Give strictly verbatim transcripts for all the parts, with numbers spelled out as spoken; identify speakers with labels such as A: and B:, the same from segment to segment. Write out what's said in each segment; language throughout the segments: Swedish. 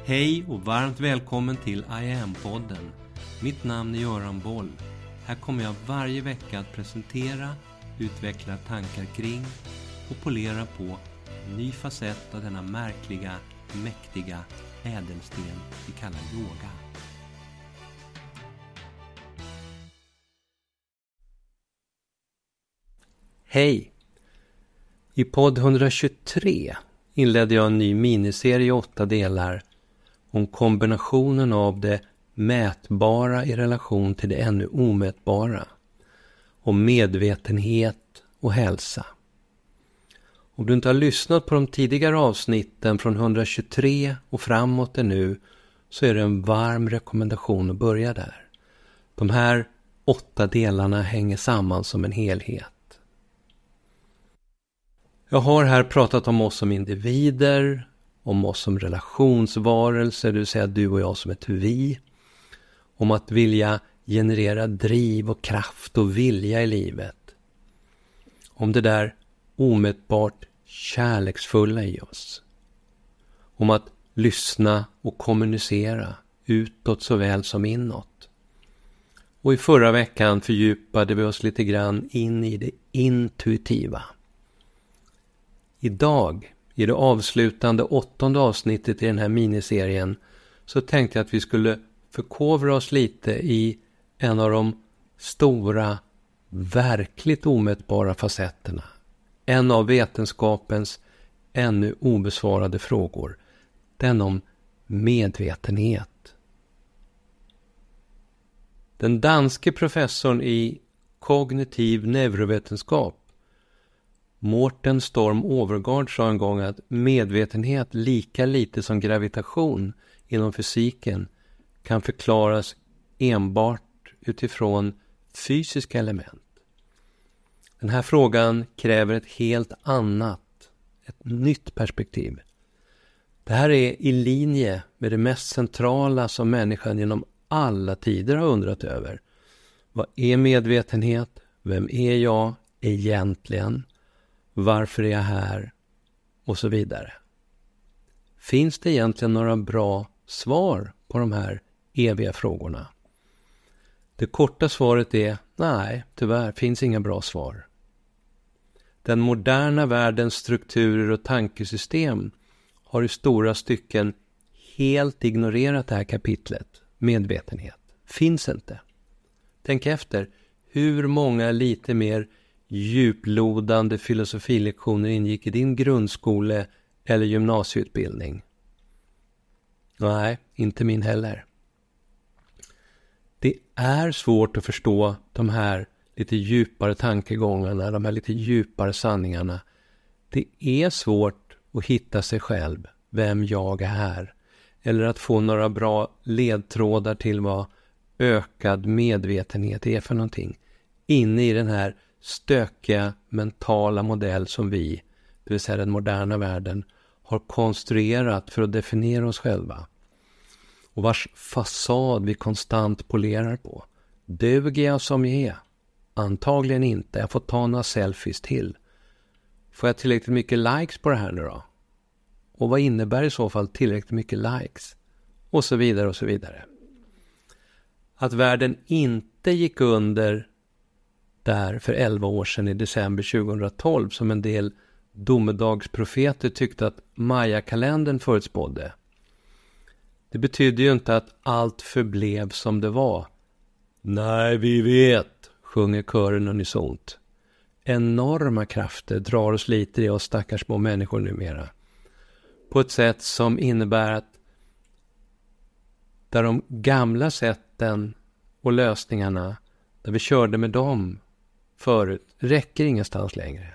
A: Hej och varmt välkommen till I Am-podden. Mitt namn är Göran Boll. Här kommer jag varje vecka att presentera, utveckla tankar kring och polera på en ny facett av denna märkliga, mäktiga ädelsten vi kallar yoga. Hej! I podd etthundratjugotre inledde jag en ny miniserie i åtta delar om kombinationen av det mätbara i relation till det ännu omätbara, om medvetenhet och hälsa. Om du inte har lyssnat på de tidigare avsnitten från etthundratjugotre och framåt ännu, så är det en varm rekommendation att börja där. De här åtta delarna hänger samman som en helhet. Jag har här pratat om oss som individer, om oss som relationsvarelser, det vill säga du och jag som ett vi. Om att vilja generera driv och kraft och vilja i livet. Om det där omätbart kärleksfulla i oss. Om att lyssna och kommunicera utåt såväl som inåt. Och i förra veckan fördjupade vi oss lite grann in i det intuitiva. Idag, i det avslutande åttonde avsnittet i den här miniserien, så tänkte jag att vi skulle förkovra oss lite i en av de stora, verkligt omätbara facetterna. En av vetenskapens ännu obesvarade frågor. Den om medvetenhet. Den danske professorn i kognitiv neurovetenskap, Morten Storm Overgaard, sa en gång att medvetenhet lika lite som gravitation inom fysiken kan förklaras enbart utifrån fysiska element. Den här frågan kräver ett helt annat, ett nytt perspektiv. Det här är i linje med det mest centrala som människan genom alla tider har undrat över. Vad är medvetenhet? Vem är jag egentligen? Varför är jag här? Och så vidare. Finns det egentligen några bra svar på de här eviga frågorna? Det korta svaret är nej, tyvärr finns inga bra svar. Den moderna världens strukturer och tankesystem har i stora stycken helt ignorerat det här kapitlet. Medvetenhet finns inte. Tänk efter, hur många lite mer djuplodande filosofilektioner ingick i din grundskole- eller gymnasieutbildning? Nej, inte min heller. Det är svårt att förstå de här lite djupare tankegångarna, de här lite djupare sanningarna. Det är svårt att hitta sig själv, vem jag är, eller att få några bra ledtrådar till vad ökad medvetenhet är för någonting. Inne i den här stökiga mentala modell som vi, det vill säga den moderna världen, har konstruerat för att definiera oss själva. Och vars fasad vi konstant polerar på. Duger jag som jag är? Antagligen inte. Jag får ta några selfies till. Får jag tillräckligt mycket likes på det här nu då? Och vad innebär i så fall tillräckligt mycket likes? Och så vidare och så vidare. Att världen inte gick under där för elva år sedan i december tjugohundratolv som en del domedagsprofeter tyckte att Maya-kalendern förutspådde. Det betydde ju inte att allt förblev som det var. Nej, vi vet, sjunger kören unisont. Enorma krafter drar oss lite i oss stackars små människor numera. På ett sätt som innebär att där de gamla sätten och lösningarna, där vi körde med dem förut, räcker ingenstans längre.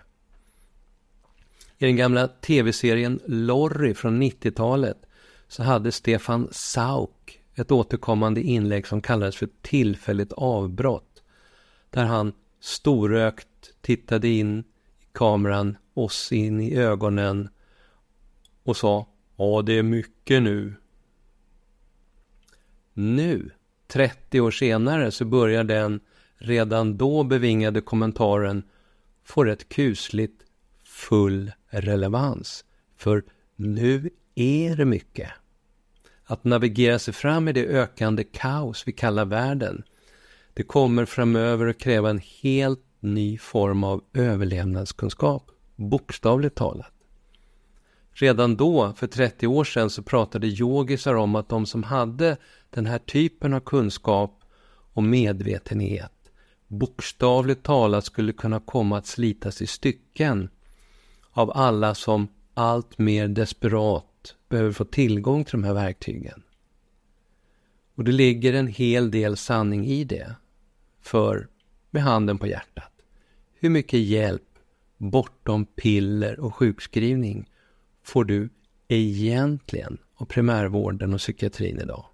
A: I den gamla tv-serien Lorry från nittiotalet så hade Stefan Sauk ett återkommande inlägg som kallades för tillfälligt avbrott. Där han storökt tittade in i kameran, oss in i ögonen och sa: ja, det är mycket nu. Nu, trettio år senare, så börjar den redan då bevingade kommentaren få rätt kusligt full relevans. För nu är det mycket. att navigera sig fram i det ökande kaos vi kallar världen. Det kommer framöver att kräva en helt ny form av överlevnadskunskap, bokstavligt talat. Redan då, för trettio år sedan, så pratade yogisar om att de som hade den här typen av kunskap och medvetenhet bokstavligt talat skulle kunna komma att slitas i stycken av alla som allt mer desperat behöver få tillgång till de här verktygen. Och det ligger en hel del sanning i det. För, med handen på hjärtat, hur mycket hjälp bortom piller och sjukskrivning får du egentligen av primärvården och psykiatrin idag?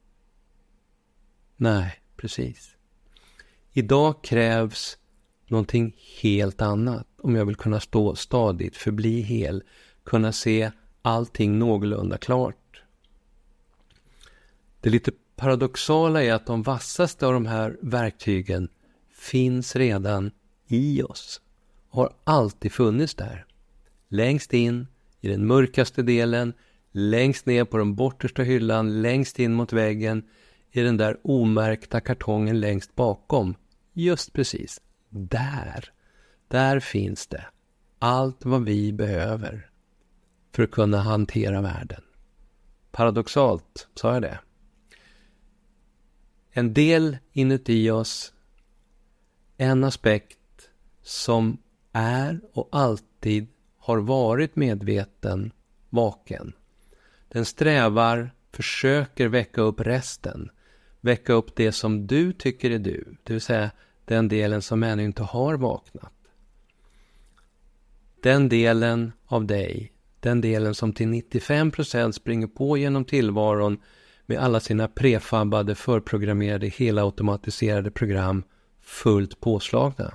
A: Nej, precis. Idag krävs någonting helt annat om jag vill kunna stå stadigt, förbli hel, kunna se allting någorlunda klart. Det lite paradoxala är att de vassaste av de här verktygen finns redan i oss och har alltid funnits där. Längst in i den mörkaste delen, längst ner på den bortersta hyllan, längst in mot väggen, i den där omärkta kartongen längst bakom. Just precis, där, där finns det allt vad vi behöver för att kunna hantera världen. Paradoxalt, sa jag det. En del inuti oss, en aspekt som är och alltid har varit medveten, vaken. Den strävar, försöker väcka upp resten. Väcka upp det som du tycker är du. Det vill säga den delen som ännu inte har vaknat. Den delen av dig, den delen som till nittiofem procent springer på genom tillvaron med alla sina prefabbade, förprogrammerade, helautomatiserade program fullt påslagna.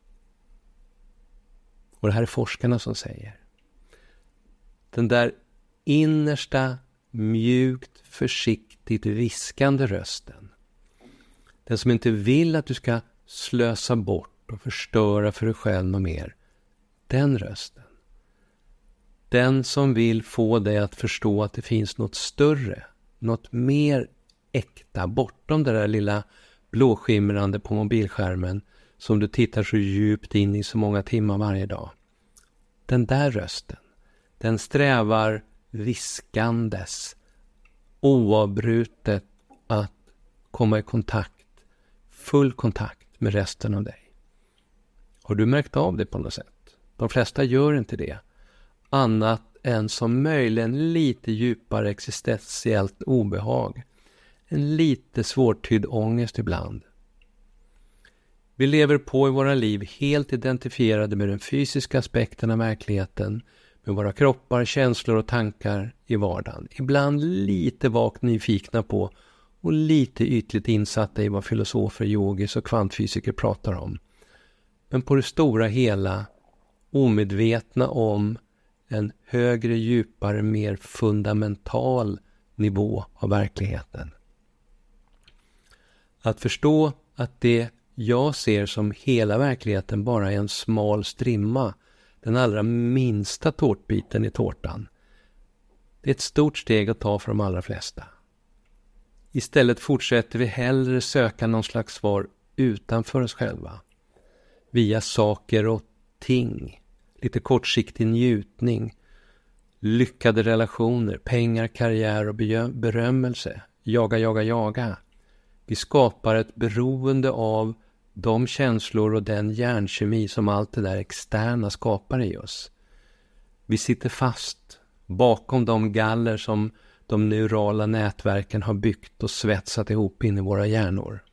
A: Och det här är forskarna som säger. Den där innersta, mjukt, försiktigt viskande rösten. Den som inte vill att du ska slösa bort och förstöra för dig själv och mer. Den rösten. Den som vill få dig att förstå att det finns något större, något mer äkta bortom det där lilla blåskimrande på mobilskärmen som du tittar så djupt in i så många timmar varje dag. Den där rösten, den strävar viskandes, oavbrutet att komma i kontakt, full kontakt med resten av dig. Har du märkt av det på något sätt? De flesta gör inte det. Annat än som möjligen lite djupare existentiellt obehag. En lite svårtydd ångest ibland. Vi lever på i våra liv helt identifierade med den fysiska aspekten av verkligheten, med våra kroppar, känslor och tankar i vardagen. Ibland lite vagt nyfikna på och lite ytligt insatta i vad filosofer, yogis och kvantfysiker pratar om. Men på det stora hela omedvetna om en högre, djupare, mer fundamental nivå av verkligheten. Att förstå att det jag ser som hela verkligheten bara är en smal strimma, den allra minsta tårtbiten i tårtan. Det är ett stort steg att ta för de allra flesta. Istället fortsätter vi hellre söka någon slags svar utanför oss själva. Via saker och ting. Lite kortsiktig njutning. Lyckade relationer, pengar, karriär och berömmelse. Jaga, jaga, jaga. Vi skapar ett beroende av de känslor och den hjärnkemi som allt det där externa skapar i oss. Vi sitter fast bakom de galler som de neurala nätverken har byggt och svetsat ihop in i våra hjärnor.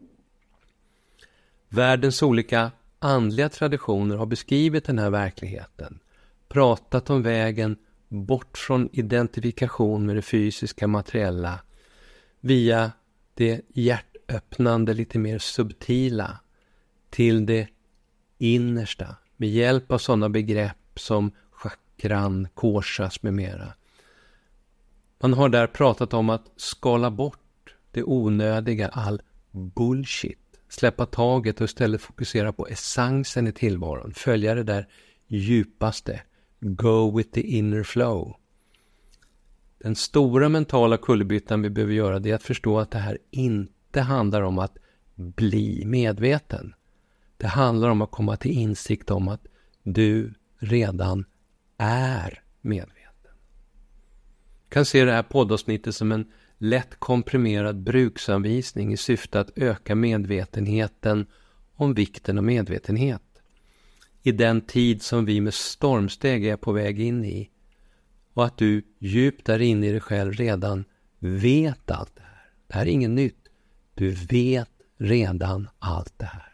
A: Världens olika andliga traditioner har beskrivit den här verkligheten. Pratat om vägen bort från identifikation med det fysiska materiella via det hjärtöppnande, lite mer subtila till det innersta med hjälp av sådana begrepp som chakran, koshas med mera. Man har där pratat om att skala bort det onödiga, all bullshit, släppa taget och istället fokusera på essensen i tillvaron, följa det där djupaste, go with the inner flow. Den stora mentala kullerbyttan vi behöver göra, det är att förstå att det här inte handlar om att bli medveten. Det handlar om att komma till insikt om att du redan är medveten. Du kan se det här poddavsnittet som en lätt komprimerad bruksanvisning i syfte att öka medvetenheten om vikten av medvetenhet. I den tid som vi med stormsteg är på väg in i, och att du djupt där inne i dig själv redan vet allt det här. Det här är inget nytt. Du vet redan allt det här.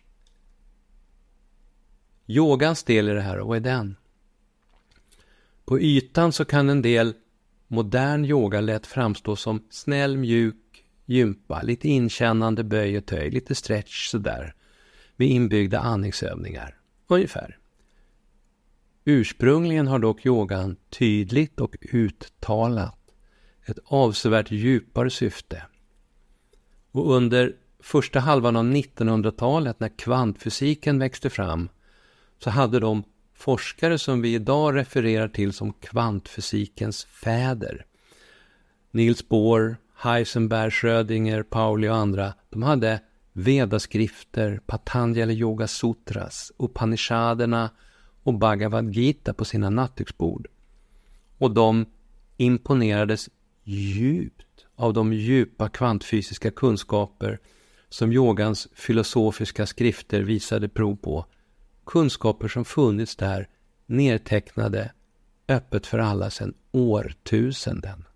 A: Yogans del i det här, vad är den? På ytan så kan en del modern yoga lätt framstå som snäll, mjuk gympa, lite inkännande böj och töj, lite stretch sådär, med inbyggda andningsövningar, ungefär. Ursprungligen har dock yogan tydligt och uttalat ett avsevärt djupare syfte. Och under första halvan av nittonhundratalet, när kvantfysiken växte fram, så hade de forskare som vi idag refererar till som kvantfysikens fäder, Niels Bohr, Heisenberg, Schrödinger, Pauli och andra, de hade Vedaskrifter, Patanjali Yoga Sutras, Upanishaderna och Bhagavad Gita på sina nattduksbord. Och de imponerades djupt av de djupa kvantfysiska kunskaper som yogans filosofiska skrifter visade prov på. Kunskaper som funnits där, nedtecknade, öppet för alla sedan årtusenden.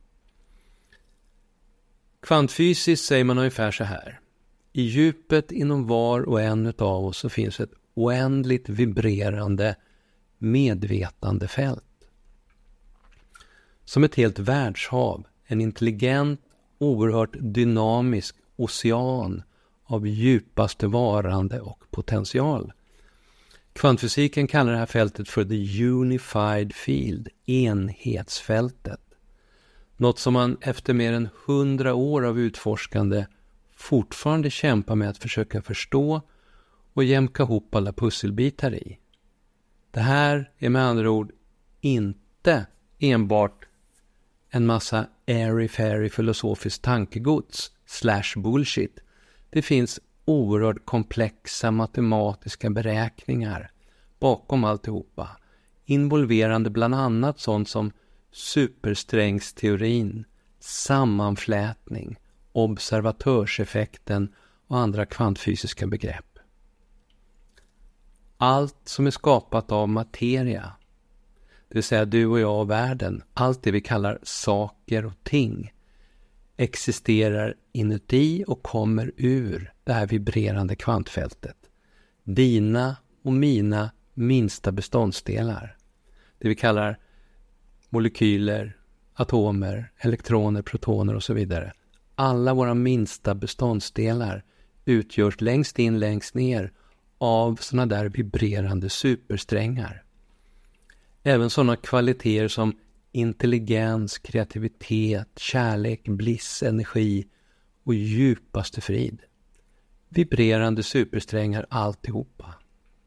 A: Kvantfysiskt säger man ungefär så här. I djupet inom var och en av oss så finns ett oändligt vibrerande medvetandefält. Som ett helt världshav, en intelligent, oerhört dynamisk ocean av djupaste varande och potential. Kvantfysiken kallar det här fältet för the unified field, enhetsfältet. Något som man efter mer än hundra år av utforskande fortfarande kämpar med att försöka förstå och jämka ihop alla pusselbitar i. Det här är med andra ord inte enbart en massa airy-fairy filosofiskt tankegods slash bullshit. Det finns oerhört komplexa matematiska beräkningar bakom alltihopa, involverande bland annat sånt som supersträngsteorin, sammanflätning, observatörseffekten och andra kvantfysiska begrepp. Allt som är skapat av materia, det vill säga du och jag och världen, allt det vi kallar saker och ting, existerar inuti och kommer ur det här vibrerande kvantfältet. Dina och mina minsta beståndsdelar, det vi kallar molekyler, atomer, elektroner, protoner och så vidare. Alla våra minsta beståndsdelar utgörs längst in, längst ner av sådana där vibrerande supersträngar. Även sådana kvaliteter som intelligens, kreativitet, kärlek, bliss, energi och djupaste frid. Vibrerande supersträngar alltihopa.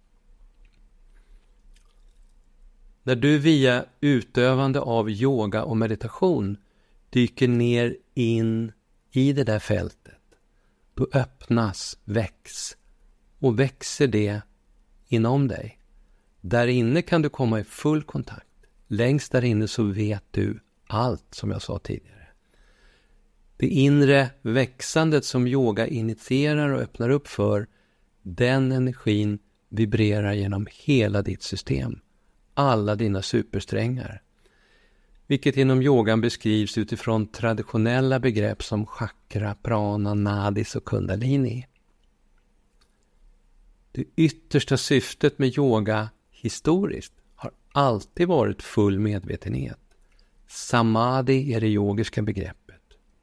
A: När du via utövande av yoga och meditation dyker ner in i det där fältet, då öppnas, väcks och växer det inom dig. Där inne kan du komma i full kontakt. Längst där inne så vet du allt, som jag sa tidigare. Det inre växandet som yoga initierar och öppnar upp för, den energin vibrerar genom hela ditt system. Alla dina supersträngar. Vilket inom yogan beskrivs utifrån traditionella begrepp som chakra, prana, nadis och kundalini. Det yttersta syftet med yoga historiskt har alltid varit full medvetenhet. Samadhi är det yogiska begreppet.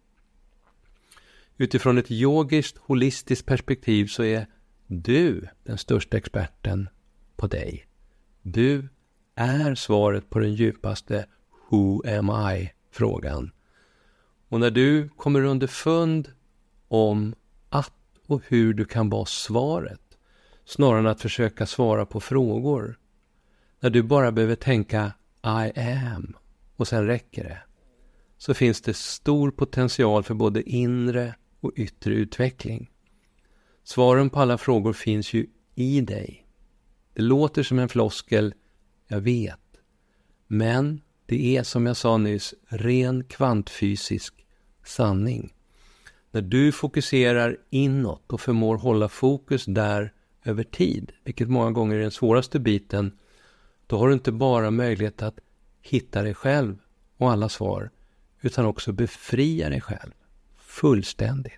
A: Utifrån ett yogiskt, holistiskt perspektiv så är du den största experten på dig. Du är svaret på den djupaste Who am I-frågan. Och när du kommer underfund om att och hur du kan vara svaret, snarare än att försöka svara på frågor, när du bara behöver tänka I am och sen räcker det, så finns det stor potential för både inre och yttre utveckling. Svaren på alla frågor finns ju i dig. Det låter som en floskel, jag vet. Men det är, som jag sa nyss, ren kvantfysisk sanning. När du fokuserar inåt och förmår hålla fokus där över tid, vilket många gånger är den svåraste biten, då har du inte bara möjlighet att hitta dig själv och alla svar, utan också befria dig själv fullständigt.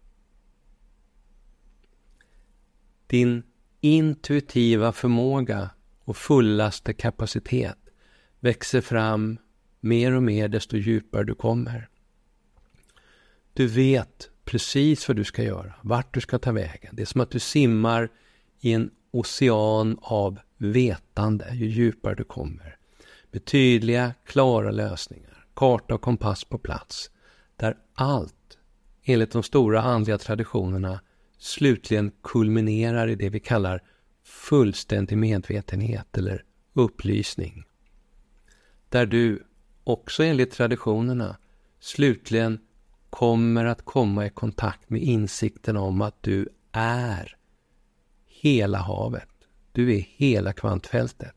A: Din intuitiva förmåga och fullaste kapacitet växer fram mer och mer desto djupare du kommer. Du vet precis vad du ska göra, vart du ska ta vägen. Det är som att du simmar i en ocean av vetande ju djupare du kommer. Med tydliga, klara lösningar, karta och kompass på plats. Där allt, enligt de stora andliga traditionerna, slutligen kulminerar i det vi kallar fullständig medvetenhet eller upplysning. Där du, också enligt traditionerna, slutligen kommer att komma i kontakt med insikten om att du är hela havet. Du är hela kvantfältet.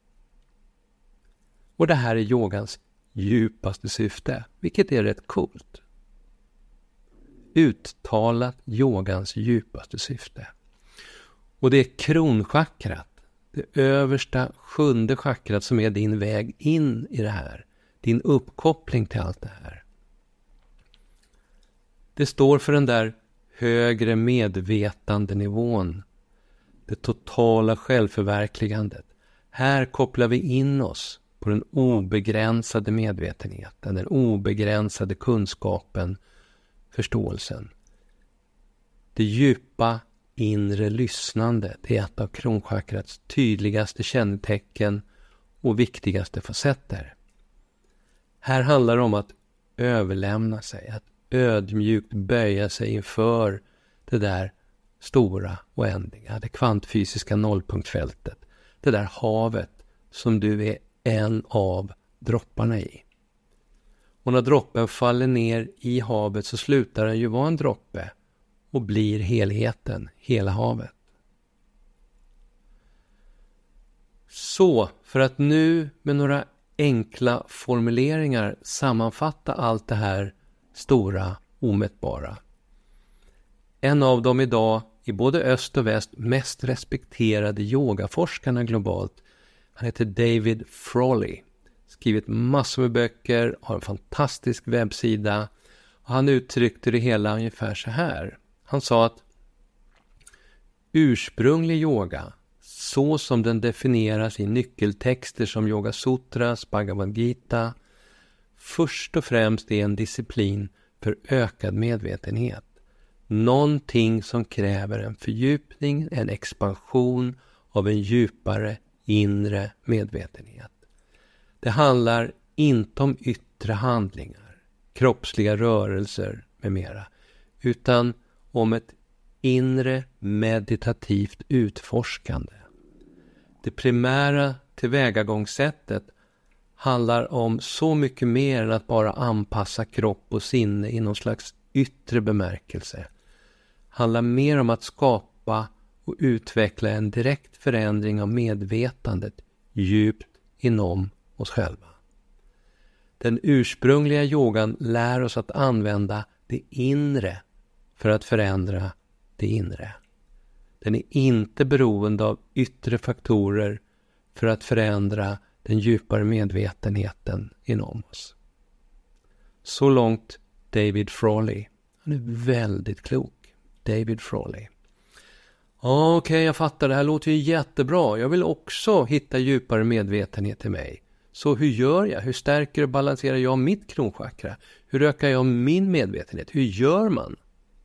A: Och det här är yogans djupaste syfte, vilket är rätt coolt. Uttalat yogans djupaste syfte. Och det är kronchakrat, det översta sjunde chakrat, som är din väg in i det här. Din uppkoppling till allt det här. Det står för den där högre medvetandenivån. Det totala självförverkligandet. Här kopplar vi in oss på den obegränsade medvetenheten, den obegränsade kunskapen, förståelsen. Det djupa inre lyssnande, det är ett av kronchakrats tydligaste kännetecken och viktigaste facetter. Här handlar det om att överlämna sig, att ödmjukt böja sig inför det där stora oändliga, det kvantfysiska nollpunktfältet, det där havet som du är en av dropparna i. Och när droppen faller ner i havet så slutar den ju vara en droppe och blir helheten, hela havet. Så, för att nu med några enkla formuleringar sammanfatta allt det här stora, omätbara. En av dem idag i både öst och väst mest respekterade yogaforskarna globalt, han heter David Frawley. Skrivit massor med böcker, har en fantastisk webbsida. Och han uttryckte det hela ungefär så här. Han sa att ursprunglig yoga, så som den definieras i nyckeltexter som Yoga Sutras, Bhagavad Gita, först och främst är en disciplin för ökad medvetenhet. Någonting som kräver en fördjupning, en expansion av en djupare inre medvetenhet. Det handlar inte om yttre handlingar, kroppsliga rörelser med mera, utan om ett inre meditativt utforskande. Det primära tillvägagångssättet handlar om så mycket mer än att bara anpassa kropp och sinne i någon slags yttre bemärkelse. Handlar mer om att skapa och utveckla en direkt förändring av medvetandet djupt inom oss själva. Den ursprungliga yogan lär oss att använda det inre för att förändra det inre. Den är inte beroende av yttre faktorer för att förändra den djupare medvetenheten inom oss. Så långt David Frawley. Han är väldigt klok. David Frawley. Okej, okay, jag fattar. Det här låter ju jättebra. Jag vill också hitta djupare medvetenhet i mig. Så hur gör jag? Hur stärker och balanserar jag mitt kronchakra? Hur ökar jag min medvetenhet? Hur gör man?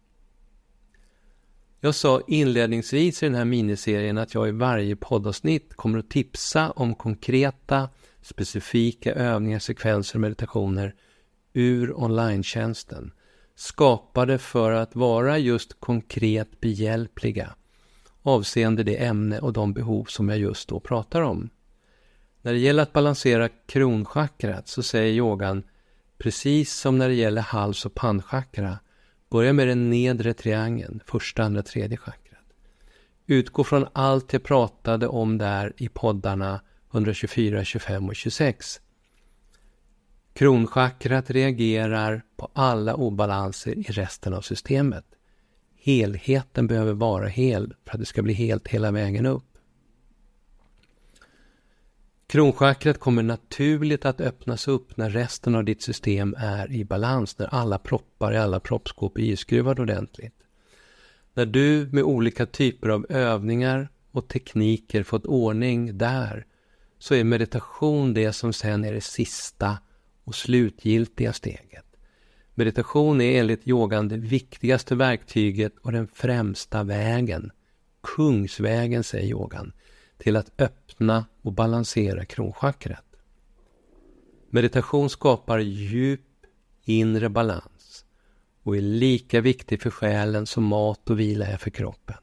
A: Jag sa inledningsvis i den här miniserien att jag i varje poddavsnitt kommer att tipsa om konkreta, specifika övningar, sekvenser och meditationer ur online-tjänsten. Skapade för att vara just konkret behjälpliga avseende det ämne och de behov som jag just då pratar om. När det gäller att balansera kronchakrat så säger yogan, precis som när det gäller hals- och pannchakra, börja med den nedre triangeln, första, andra, tredje chakrat. Utgå från allt jag pratade om där i poddarna etthundratjugofyra, tjugofem och tjugosex. Kronchakrat reagerar på alla obalanser i resten av systemet. Helheten behöver vara hel för att det ska bli helt hela vägen upp. Kronchakrat kommer naturligt att öppnas upp när resten av ditt system är i balans, när alla proppar i alla proppskåp är iskruvade ordentligt. När du med olika typer av övningar och tekniker fått ordning där, så är meditation det som sen är det sista och slutgiltiga steget. Meditation är enligt yogan det viktigaste verktyget och den främsta vägen, kungsvägen säger yogan, till att öppna och balansera kronchakrat. Meditation skapar djup inre balans och är lika viktig för själen som mat och vila är för kroppen.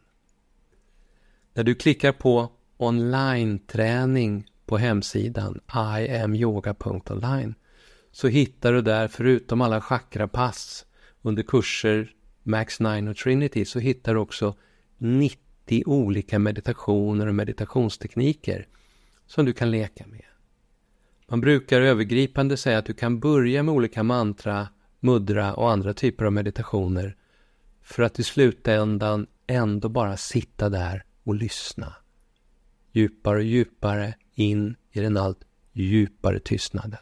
A: När du klickar på online-träning på hemsidan i am yoga punkt online så hittar du där, förutom alla chakrapass under kurser Max nine och Trinity, så hittar du också nittio olika meditationer och meditationstekniker som du kan leka med. Man brukar övergripande säga att du kan börja med olika mantra, mudra och andra typer av meditationer för att i slutändan ändå bara sitta där och lyssna. Djupare och djupare in i den allt djupare tystnaden.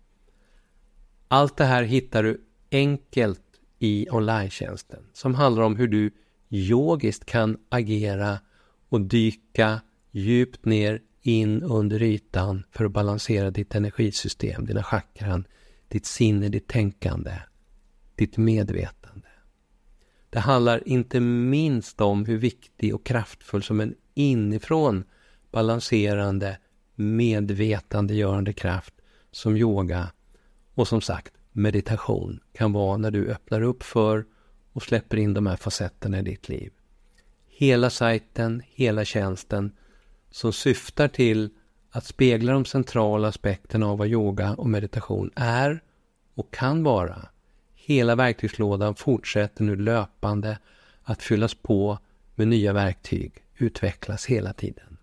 A: Allt det här hittar du enkelt i online-tjänsten som handlar om hur du yogiskt kan agera och dyka djupt ner in under ytan för att balansera ditt energisystem, dina chakran, ditt sinne, ditt tänkande, ditt medvetande. Det handlar inte minst om hur viktig och kraftfull som en inifrån balanserande, medvetandegörande kraft som yoga och som sagt meditation kan vara när du öppnar upp för och släpper in de här facetterna i ditt liv. Hela sajten, hela tjänsten som syftar till att spegla de centrala aspekterna av vad yoga och meditation är och kan vara. Hela verktygslådan fortsätter nu löpande att fyllas på med nya verktyg, utvecklas hela tiden.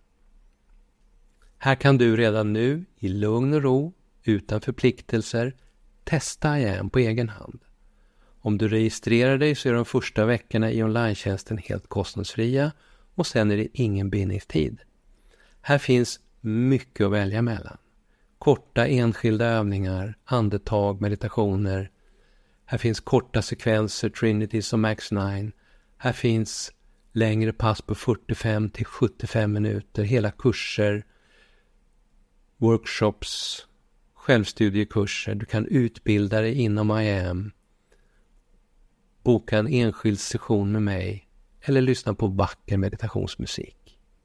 A: Här kan du redan nu i lugn och ro, utan förpliktelser, testa I am på egen hand. Om du registrerar dig så är de första veckorna i online-tjänsten helt kostnadsfria och sen är det ingen bindningstid. Här finns mycket att välja mellan. Korta enskilda övningar, andetag, meditationer. Här finns korta sekvenser, Trinity som Max nine. Här finns längre pass på fyrtiofem till sjuttiofem minuter, hela kurser, workshops, självstudiekurser. Du kan utbilda dig inom I am, boka en enskild session med mig eller lyssna på vacker meditationsmusik.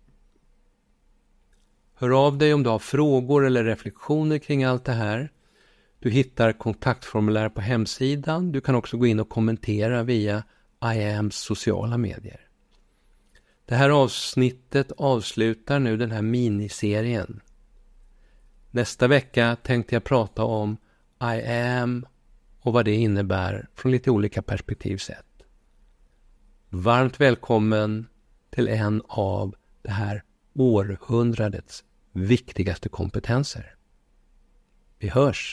A: Hör av dig om du har frågor eller reflektioner kring allt det här. Du hittar kontaktformulär på hemsidan. Du kan också gå in och kommentera via I ams sociala medier. Det här avsnittet avslutar nu den här miniserien. Nästa vecka tänkte jag prata om I am och vad det innebär från lite olika perspektiv sett. Varmt välkommen till en av det här århundradets viktigaste kompetenser. Vi hörs!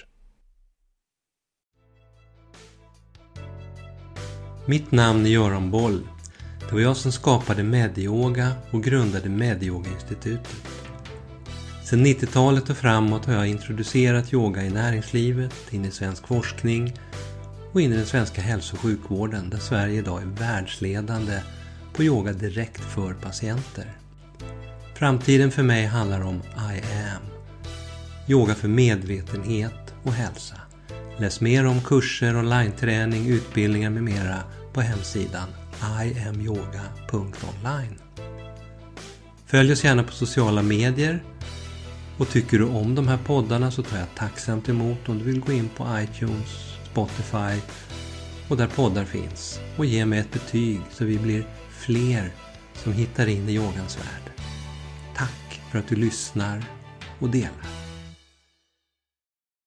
A: Mitt namn är Göran Boll. Det var jag som skapade Medyoga och grundade Medyoga-institutet. Sedan nittiotalet och framåt har jag introducerat yoga i näringslivet, in i svensk forskning och in i den svenska hälso- och sjukvården där Sverige idag är världsledande på yoga direkt för patienter. Framtiden för mig handlar om I am. Yoga för medvetenhet och hälsa. Läs mer om kurser, online-träning, utbildningar med mera på hemsidan i am yoga punkt online. Följ oss gärna på sociala medier och tycker du om de här poddarna så tar jag tacksamt emot om du vill gå in på iTunes, Spotify och där poddar finns och ge mig ett betyg så vi blir fler som hittar in i yogans värld. Tack för att du lyssnar och delar.